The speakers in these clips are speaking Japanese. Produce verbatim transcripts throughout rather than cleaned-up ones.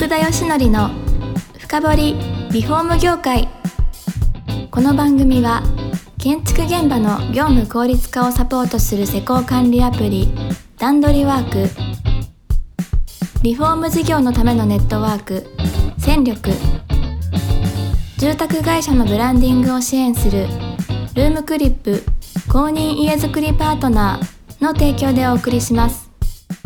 福田義則の深掘りリフォーム業界。この番組は建築現場の業務効率化をサポートする施工管理アプリ段取りワーク、リフォーム事業のためのネットワーク戦力、住宅会社のブランディングを支援するルームクリップ公認家づくりパートナーの提供でお送りします。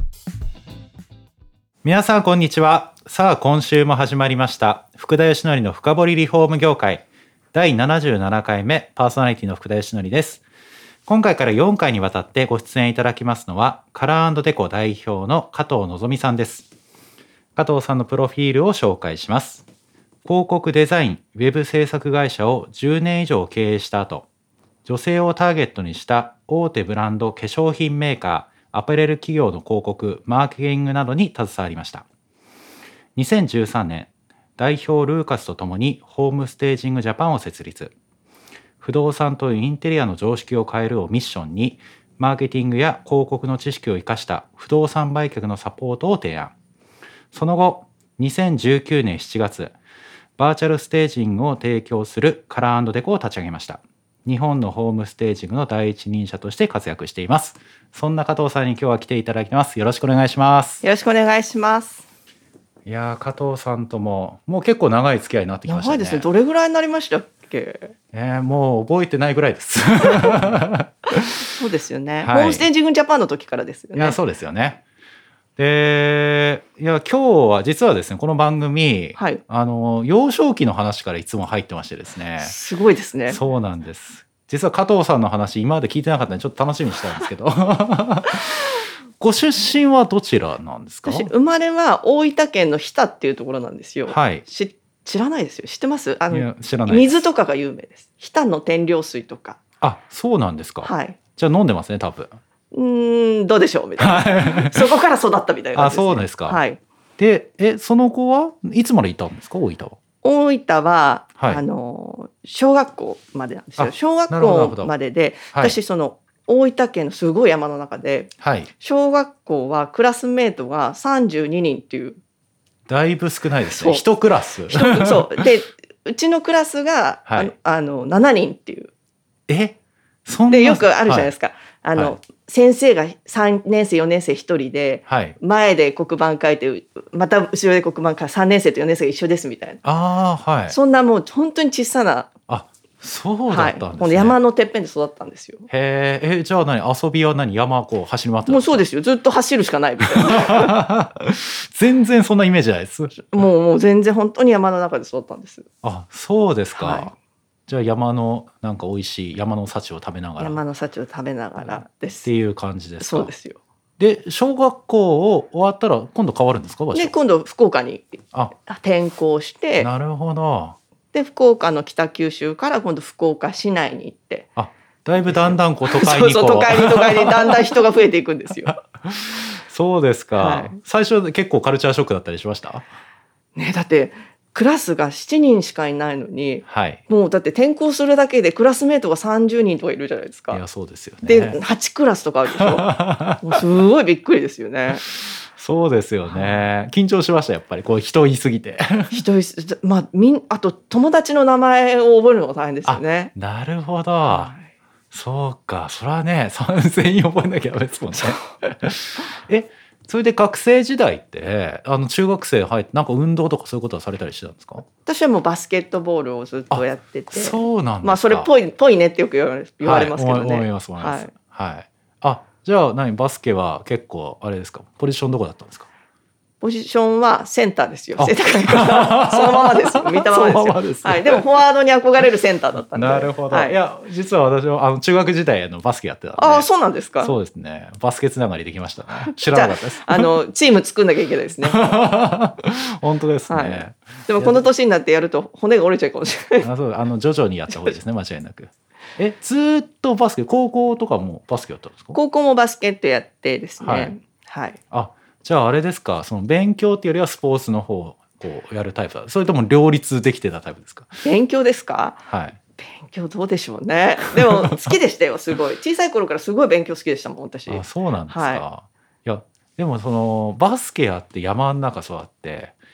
皆さんこんにちは。さあ今週も始まりました福田義則の深掘りリフォーム業界だいななじゅうななかいめ、パーソナリティの福田義則です。今回からよんかいにわたってご出演いただきますのはカラー&デコ代表の加藤望さんです。加藤さんのプロフィールを紹介します。広告デザイン、ウェブ制作会社をじゅうねん以上経営した後、女性をターゲットにした大手ブランド化粧品メーカー、アパレル企業の広告、マーケティングなどに携わりました。にせんじゅうさんねん、代表ルーカスとともにホームステージングジャパンを設立。不動産とインテリアの常識を変えるをミッションに、マーケティングや広告の知識を生かした不動産売却のサポートを提案。その後、にせんじゅうきゅうねんしちがつ、バーチャルステージングを提供するカラー&デコを立ち上げました。日本のホームステージングの第一人者として活躍しています。そんな加藤さんに今日は来ていただきます。よろしくお願いします。 よろしくお願いします。 いやー、加藤さんとももう結構長い付き合いになってきましたね。 長いですね。どれぐらいになりましたっけ？ えー、もう覚えてないぐらいですそうですよね、 はい、 ホームステージングジャパンの時からですよね。 いやそうですよね。で、いや今日は実はですね、この番組、はい、あの幼少期の話からいつも入ってましてですね。 すごいですね。 そうなんです。実は加藤さんの話今まで聞いてなかったのでちょっと楽しみにしたんですけどご出身はどちらなんですか？ 私生まれは大分県の日田っていうところなんですよ。 はい、 し知らないですよ。知ってます？あのいや知らないです。 水とかが有名です。日田の天領水とか。 あ、そうなんですか。 はい、 じゃあ飲んでますね多分。 うーん、どうでしょうみたいなそこから育ったみたいな感じですね。 あ、そうですか。 はい。 で、え、その子はいつまでいたんですか？大分は。 大分は、 はい、 あの小学校までなんですよ。小学校までで、 はい、 私その大分県のすごい山の中で、はい、小学校はクラスメートがさんじゅうににんっていう。 だいぶ少ないですね。一クラス。 そうで、うちのクラスが、はい、あのななにんっていう。 え、そんなでよくあるじゃないですか。はい、あの、はい、先生がさんねんせいよねんせいひとりで、はい、前で黒板書いてまた後ろで黒板書いてさんねんせいとよねんせいが一緒ですみたいな。 あ、はい、 そんなもう本当に小さな。 あ、そうだったんですね。はい、 この山のてっぺんで育ったんですよ。 へえ、え、じゃあ何、遊びは何、山こう走り回ってるんですか？ もうそうですよ。ずっと走るしかないみたいな全然そんなイメージないです。 もうもう全然本当に山の中で育ったんです。 あ、そうですか。はい、じゃあ山のなんか美味しい山の幸を食べながら。 山の幸を食べながらです。 っていう感じですか？ そうですよ。 で小学校を終わったら今度変わるんですか？場所。 で今度福岡に転校して。 なるほど。 で福岡の北九州から今度福岡市内に行って。 あ、だいぶだんだんこう都会にこうそうそう、都会に都会にだんだん人が増えていくんですよそうですか。はい、最初結構カルチャーショックだったりしました？ね、 だってクラスがしちにんしかいないのに、 はい、 もうだって転校するだけでクラスメートがさんじゅうにんとかいるじゃないですか。 いやそうですよね。 ではちクラスとかあるでしょもうすごいびっくりですよね。 そうですよね。緊張しました。やっぱりこう人いすぎて人いす、まあ、みんあと友達の名前を覚えるのが大変ですよね。 なるほど、はい、そうか。それはねさんぜん員覚えなきゃダメですもんねえ、それで学生時代ってあの中学生入ってなんか運動とかそういうことはされたりしてたんですか？ 私はもうバスケットボールをずっとやってて。 そうなんですか。 まあそれっぽいぽいねってよく言われ、言われますけどね。 はい、思います思います。はい、はい、あ、じゃあ何バスケは結構あれですか？ポジションどこだったんですか？ ポジションはセンターですよ。背高いからそのままですよ。見たままですよ。はい。でもフォワードに憧れるセンターだったんで。 なるほど。はい、いや実は私はあの中学時代のバスケやってたんで。 ああ、そうなんですか。 そうですね。バスケつながりできましたね。知らなかったです。 あのチーム作んなきゃいけないですね。 本当ですね。はい、 でもこの年になってやると骨が折れちゃうかもしれない。 あ、そう、あの徐々にやった方がいいですね。間違いなく。え、ずっとバスケ、高校とかもバスケやったんですか？ 高校もバスケットやってですね。はい。はい、 あ、じゃああれですか、その勉強っていうよりはスポーツの方をこうやるタイプだ。それとも両立できてたタイプですか？ 勉強ですか？ はい。 勉強どうでしょうね。でも好きでしたよ。すごい小さい頃からすごい勉強好きでしたもん私。 あ、そうなんですか。 はい、 いやでもそのバスケやって山の中育って、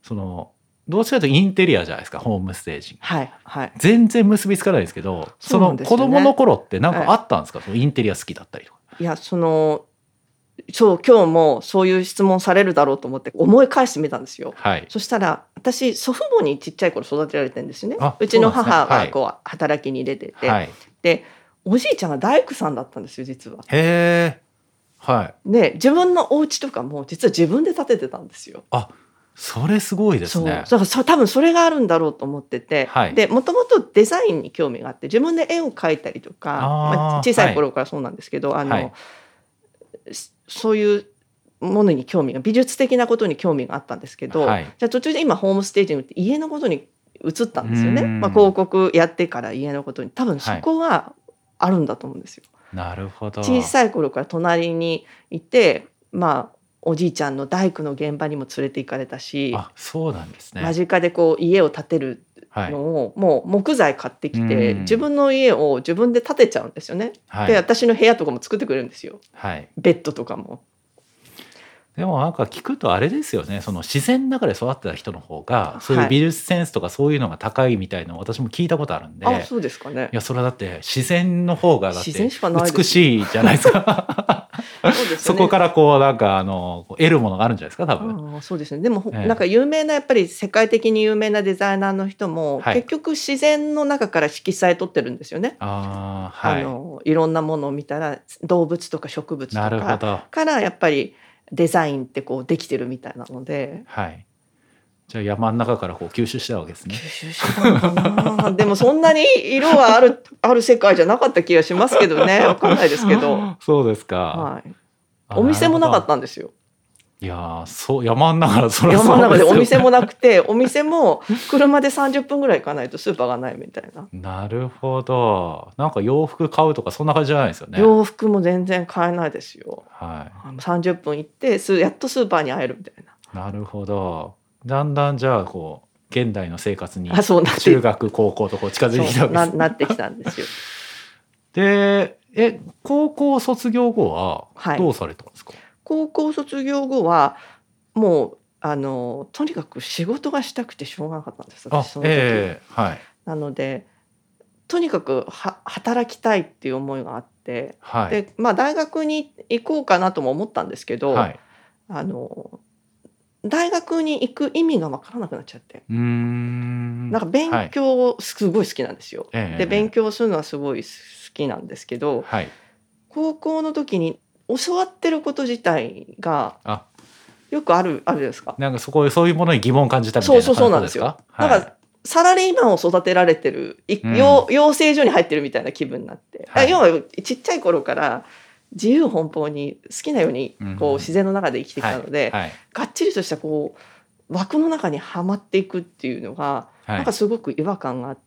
そのどうしかというとインテリアじゃないですか、ホームステージ、 はいはい、 全然結びつかないですけど、その子供の頃って何かあったんですか、はい、そのインテリア好きだったりとか。 いや、そのそう今日もそういう質問されるだろうと思って思い返してみたんですよ、 はい、 そしたら私祖父母にちっちゃい頃育てられてるんですよね。うちの母がこう働きに出てて、はい、でおじいちゃんが大工さんだったんですよ実は。 へー、はい、 で自分のお家とかも実は自分で建ててたんですよ。 あ、それすごいですね。 そう、だから多分それがあるんだろうと思ってて、はい、でもともとデザインに興味があって自分で絵を描いたりとか、まあ、小さい頃からそうなんですけど、はい、あの、はい、そういうものに興味が、美術的なことに興味があったんですけど、はい、じゃあ途中で今ホームステージングって家のことに移ったんですよね。まあ、広告やってから家のことに、多分そこはあるんだと思うんですよ。 はい、なるほど。 小さい頃から隣にいて、まあおじいちゃんの大工の現場にも連れて行かれたし、 あ、そうなんですね。 間近でこう家を建てるのを、はい、もう木材買ってきて自分の家を自分で建てちゃうんですよね。はい、で私の部屋とかも作ってくれるんですよ。はい、ベッドとかも。 でもなんか聞くとあれですよね、その自然の中で育ってた人の方がそういう美術センスとかそういうのが高いみたいなのを私も聞いたことあるんで。 あ、そうですかね。 いや、それはだって自然の方がだって美しいじゃないですか。そうですね、そこからこうなんかあの得るものがあるんじゃないですか多分。 あ、そうですね。でも、ええ、なんか有名なやっぱり世界的に有名なデザイナーの人も、はい、結局自然の中から色彩取ってるんですよね。あ、はい、あのいろんなものを見たら動物とか植物とかからやっぱりデザインってこうできてるみたいなので、 はい、じゃあ山の中からこう吸収したわけですね。 吸収したのかな。でもそんなに色はあるある世界じゃなかった気がしますけどね。わかんないですけど。 そうですか。 はい。お店もなかったんですよ。 いや、そう山の中でそれ山の中でお店もなくて、お店も車でさんじゅっぷんぐらい行かないとスーパーがないみたいな。 なるほど。なんか洋服買うとかそんな感じじゃないですよね。 洋服も全然買えないですよ。 はい。 さんじゅっぷん行ってやっとスーパーに会えるみたいな。 なるほど。だんだんじゃあこう現代の生活に中学高校とこう近づいてきたわけです。 な, なってきたんですよ。 で、え高校卒業後はどうされたんですか？はい、 高校卒業後はもうあのとにかく仕事がしたくてしょうがなかったんです。私その時、えーはい、なのでとにかくは働きたいっていう思いがあって、はい、で、まあ、大学に行こうかなとも思ったんですけど、はい、あの大学に行く意味が分からなくなっちゃって、うーん、なんか勉強すごい好きなんですよ。はい、で勉強するのはすごい好きなんですけど、はい、高校の時に教わってること自体がよくあるあるですか。 なんかそこそういうものに疑問を感じたみたいな感じですか。 そうそうそうなんですよ。はい、なんかサラリーマンを育てられてる、うん、養, 養成所に入ってるみたいな気分になって、はい、要はちっちゃい頃から自由奔放に好きなようにこう自然の中で生きてきたので、うん、はいはい、がっちりとしたこう枠の中にはまっていくっていうのが、はい、なんかすごく違和感があって、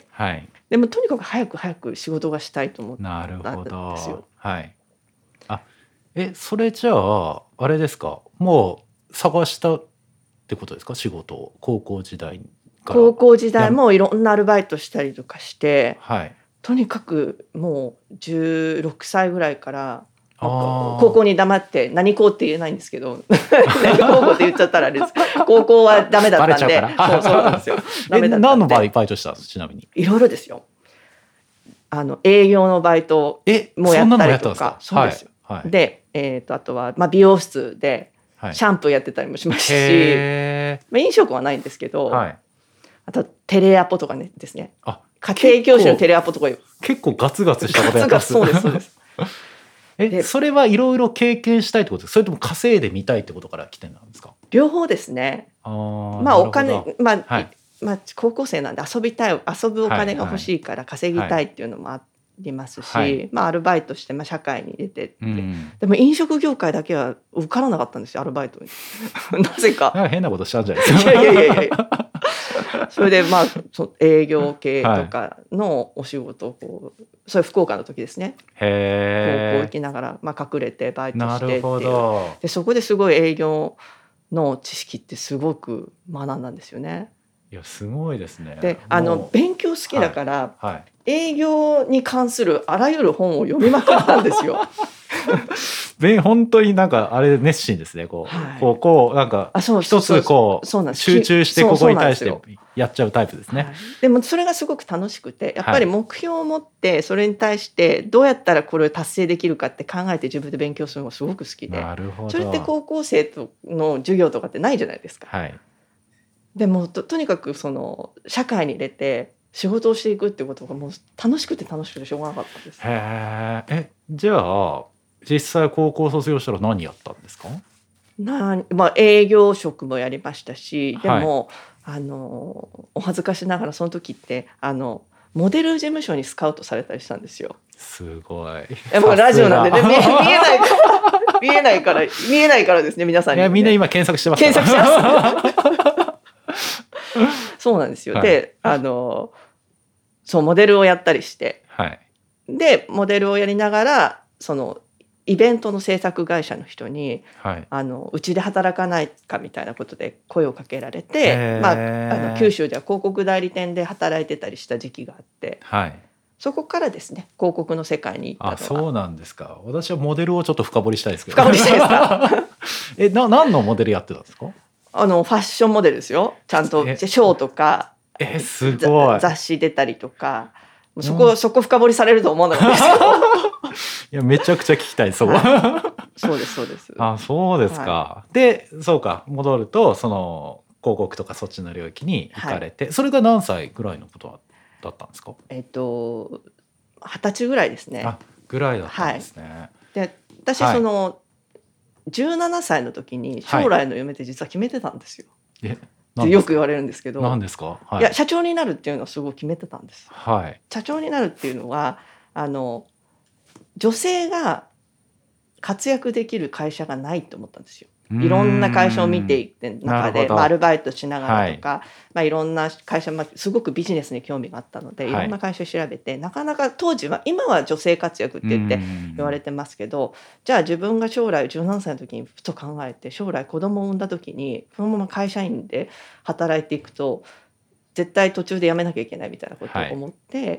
はい、でもとにかく早く早く仕事がしたいと思ったんですよ。なるほど、 はい、あえそれじゃああれですか、もう探したってことですか、仕事を高校時代に。 高校時代もいろんなアルバイトしたりとかして、はい、とにかくもうじゅうろくさいぐらいから高校に黙って何校って言えないんですけど何高校って言っちゃったらあれです高校はダメだったんでそうそうなんですよ。ダメだったんで。 何のバイトしたんですか、ちなみに。 いろいろですよ。あの営業のバイトもやったりとか。そうですよ。はい、で、えー、とあとは、まあ、美容室でシャンプーやってたりもしますし、はい、まあ、飲食はないんですけど、はい、あとテレアポとかねですね。あ、家庭教師のテレアポとか結構ガツガツしたことやってます。 そうですそうです。 え、それはいろいろ経験したいってことですか、それとも稼いでみたいってことから来てなんですか。 両方ですね。あ、まあお金、まあ、はい、まあ、高校生なんで遊びたい、遊ぶお金が欲しいから稼ぎたいっていうのもありますし、はいはい、まあ、アルバイトしてまあ社会に出てって、うん、でも飲食業界だけは受からなかったんですよ、アルバイトに。なぜか。 なんか変なことしちゃうんじゃないですか。 いやいやいやいや。それでまあそ営業系とかのお仕事をこう、それ福岡の時ですね。へー。高校行きながら、まあ、隠れてバイトしてっていう。なるほど。でそこですごい営業の知識ってすごく学んだんですよね。 いやすごいですね。 であの勉強好きだから、 はいはい、 営業に関するあらゆる本を読みまくったんですよ。 本当になんかあれ熱心ですね。こう、はい、こうこうなんか一つこう集中してここに対してやっちゃうタイプですね。はい、 でもそれがすごく楽しくて、やっぱり目標を持ってそれに対してどうやったらこれを達成できるかって考えて自分で勉強するのがすごく好きで。 なるほど。 それって高校生との授業とかってないじゃないですか。 はい、 でも と, とにかくその社会に出て仕事をしていくっていうことがもう楽しくて楽しくてしょうがなかったんです。 へえ。じゃあ実際高校卒業したら何やったんですか？ な、まあ、営業職もやりましたし、でも、はい、あのお恥ずかしながらその時ってあのモデル事務所にスカウトされたりしたんですよ。 すごい。 いやもうラジオなんでね見えないから見えないから見えないからですね皆さんに、ね、 いやみんな今検索してます検索してますそうなんですよ、はい、であのそうモデルをやったりして、 はい、 でモデルをやりながらそのイベントの制作会社の人に、はい、あのうちで働かないかみたいなことで声をかけられて、まあ、あの九州では広告代理店で働いてたりした時期があって、はい、そこからですね広告の世界に行ったのが。あ、 そうなんですか。私はモデルをちょっと深掘りしたいですけど。 深掘りしたいですかえな何のモデルやってたんですか？ あのファッションモデルですよ。ちゃんとショーとかえすごい雑誌出たりとかそこ、うん、そこ深掘りされると思わなかったですよいやめちゃくちゃ聞きたいそこ、 はい、そうですそうです。 あ、そうですか、はい、でそうか戻るとその広告とかそっちの領域に行かれて、はい、それが何歳ぐらいのことだったんですか？ えっと二十歳ぐらいですね。 あぐらいだったんですね、はい、 で私その、はい、じゅうななさいの時に将来の夢って実は決めてたんですよ、はい、えよく言われるんですけど。 何ですか？はい、 いや社長になるっていうのはすごく決めてたんです、 はい、 社長になるっていうのはあの女性が活躍できる会社がないと思ったんですよ。いろんな会社を見ていく中で、まあ、アルバイトしながらとか、はいまあ、いろんな会社、まあ、すごくビジネスに興味があったのでいろんな会社を調べて、はい、なかなか当時は今は女性活躍って言って言われてますけど、じゃあ自分が将来じゅうななさいの時にふと考えて将来子供を産んだ時にそのまま会社員で働いていくと絶対途中で辞めなきゃいけないみたいなことを思って、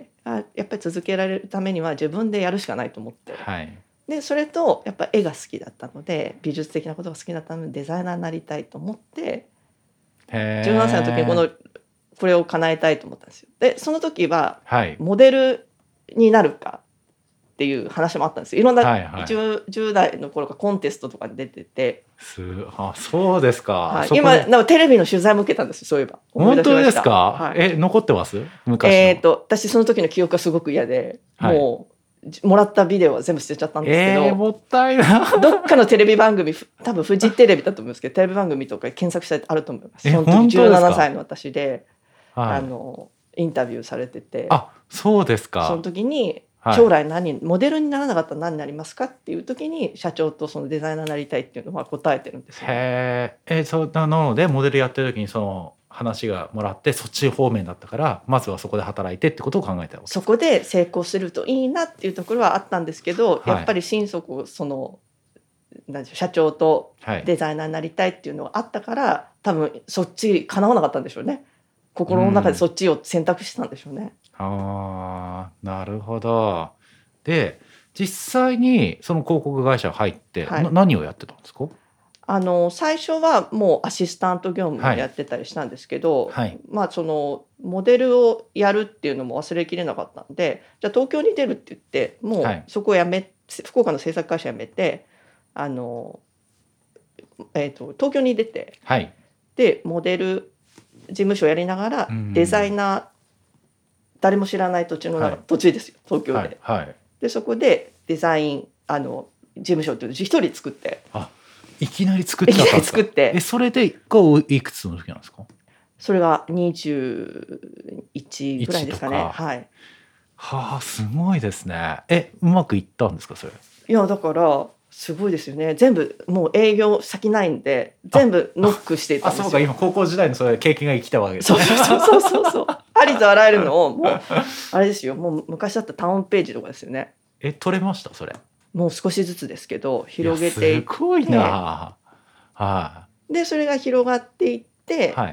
はい、あやっぱり続けられるためには自分でやるしかないと思って、はいでそれとやっぱ絵が好きだったので美術的なことが好きだったのでデザイナーになりたいと思ってじゅうななさいの時にこのこれを叶えたいと思ったんですよ。でその時はモデルになるかっていう話もあったんですよ。いろんな 10, じゅう代の頃からコンテストとかに出ててすあそうですか、 はい、今なんかテレビの取材も受けたんですよ。そういえば本当ですか、はい、え残ってます昔の、 えー、と私その時の記憶がすごく嫌で、はい、もうもらったビデオは全部捨てちゃったんですけど、 えー、もったいなどっかのテレビ番組多分フジテレビだと思うんですけどテレビ番組とか検索したらあると思います。その時じゅうななさいの私で、はい、あのインタビューされててあそうですか。 その時に将来何、はい、モデルにならなかったら何になりますかっていう時に社長とそのデザイナーになりたいっていうのは答えてるんですよ、ね、 へえそうなのでモデルやってる時にその話がもらってそっち方面だったからまずはそこで働いてってことを考えたわけ。 そこで成功するといいなっていうところはあったんですけど、はい、やっぱり心底そのなんでしょう社長とデザイナーになりたいっていうのがあったから、はい、多分そっち叶わなかったんでしょうね。心の中でそっちを選択したんでしょうね、 うん、あーなるほど。で実際にその広告会社入って、はい、何をやってたんですか？ あの最初はもうアシスタント業務をやってたりしたんですけど、はいはい、まあそのモデルをやるっていうのも忘れきれなかったんでじゃあ東京に出るって言ってもうそこをやめ、はい、福岡の制作会社辞めてあの、えーと、東京に出て、はい、でモデル事務所やりながらデザイナー誰も知らない土地の中、はい、土地ですよ東京で、はいはい、でそこでデザインあの事務所っていうのを一人作ってあいきなり作っちゃったんですか？ 作ってえそれでがいくつの時なんですか？ それがにじゅういちぐらいですかね。はい。 はあすごいですね。えうまくいったんですかそれ？ いやだからすごいですよね。全部もう営業先ないんで全部ノックしていたんですよ。 あ、あそうか今高校時代のそれ経験が生きたわけですね。そうそうそうそうありとあらゆるのをもうあれですよもう昔だったタウンページとかですよね。 え取れましたそれ？ もう少しずつですけど広げていってすごいな、はい、 でそれが広がっていって、はい、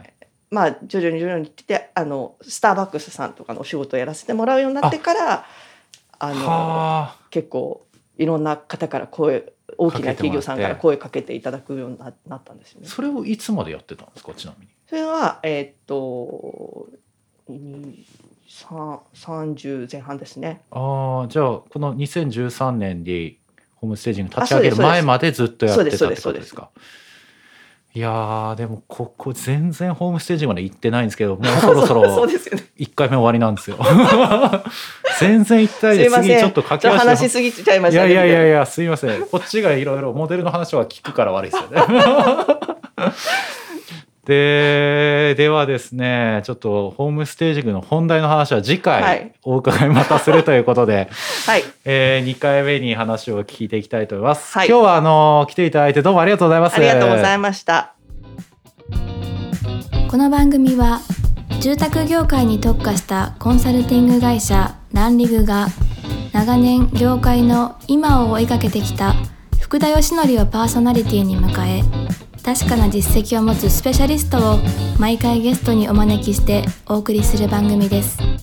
まあ徐々に徐々に来てあのスターバックスさんとかのお仕事をやらせてもらうようになってからあの結構いろんな方から声大きな企業さんから声かけていただくようになったんですよね。 それをいつまでやってたんですか、ちなみに。 それはえー、っとさんじゅう前半ですね。 ああ、じゃあこのにせんじゅうさんねんにホームステージング立ち上げる前までずっとやってたってことですか。いやーでもここ全然ホームステージまで行ってないんですけど、もうそろそろいっかいめ終わりなんですよ。全然行きたいです。次ちょっと駆け足話しすぎちゃいましたね。 いやいやいやいや、すいません。こっちがいろいろモデルの話は聞くから悪いですよね。で, ではですね、ちょっとホームステージングの本題の話は次回お伺いまたするということで、はい、えー、にかいめに話を聞いていきたいと思います。はい、今日はあの来ていただいてどうもありがとうございます。 ありがとうございました。 この番組は住宅業界に特化したコンサルティング会社ランリグが長年業界の今を追いかけてきた福田義則をパーソナリティに迎え、確かな実績を持つスペシャリストを毎回ゲストにお招きしてお送りする番組です。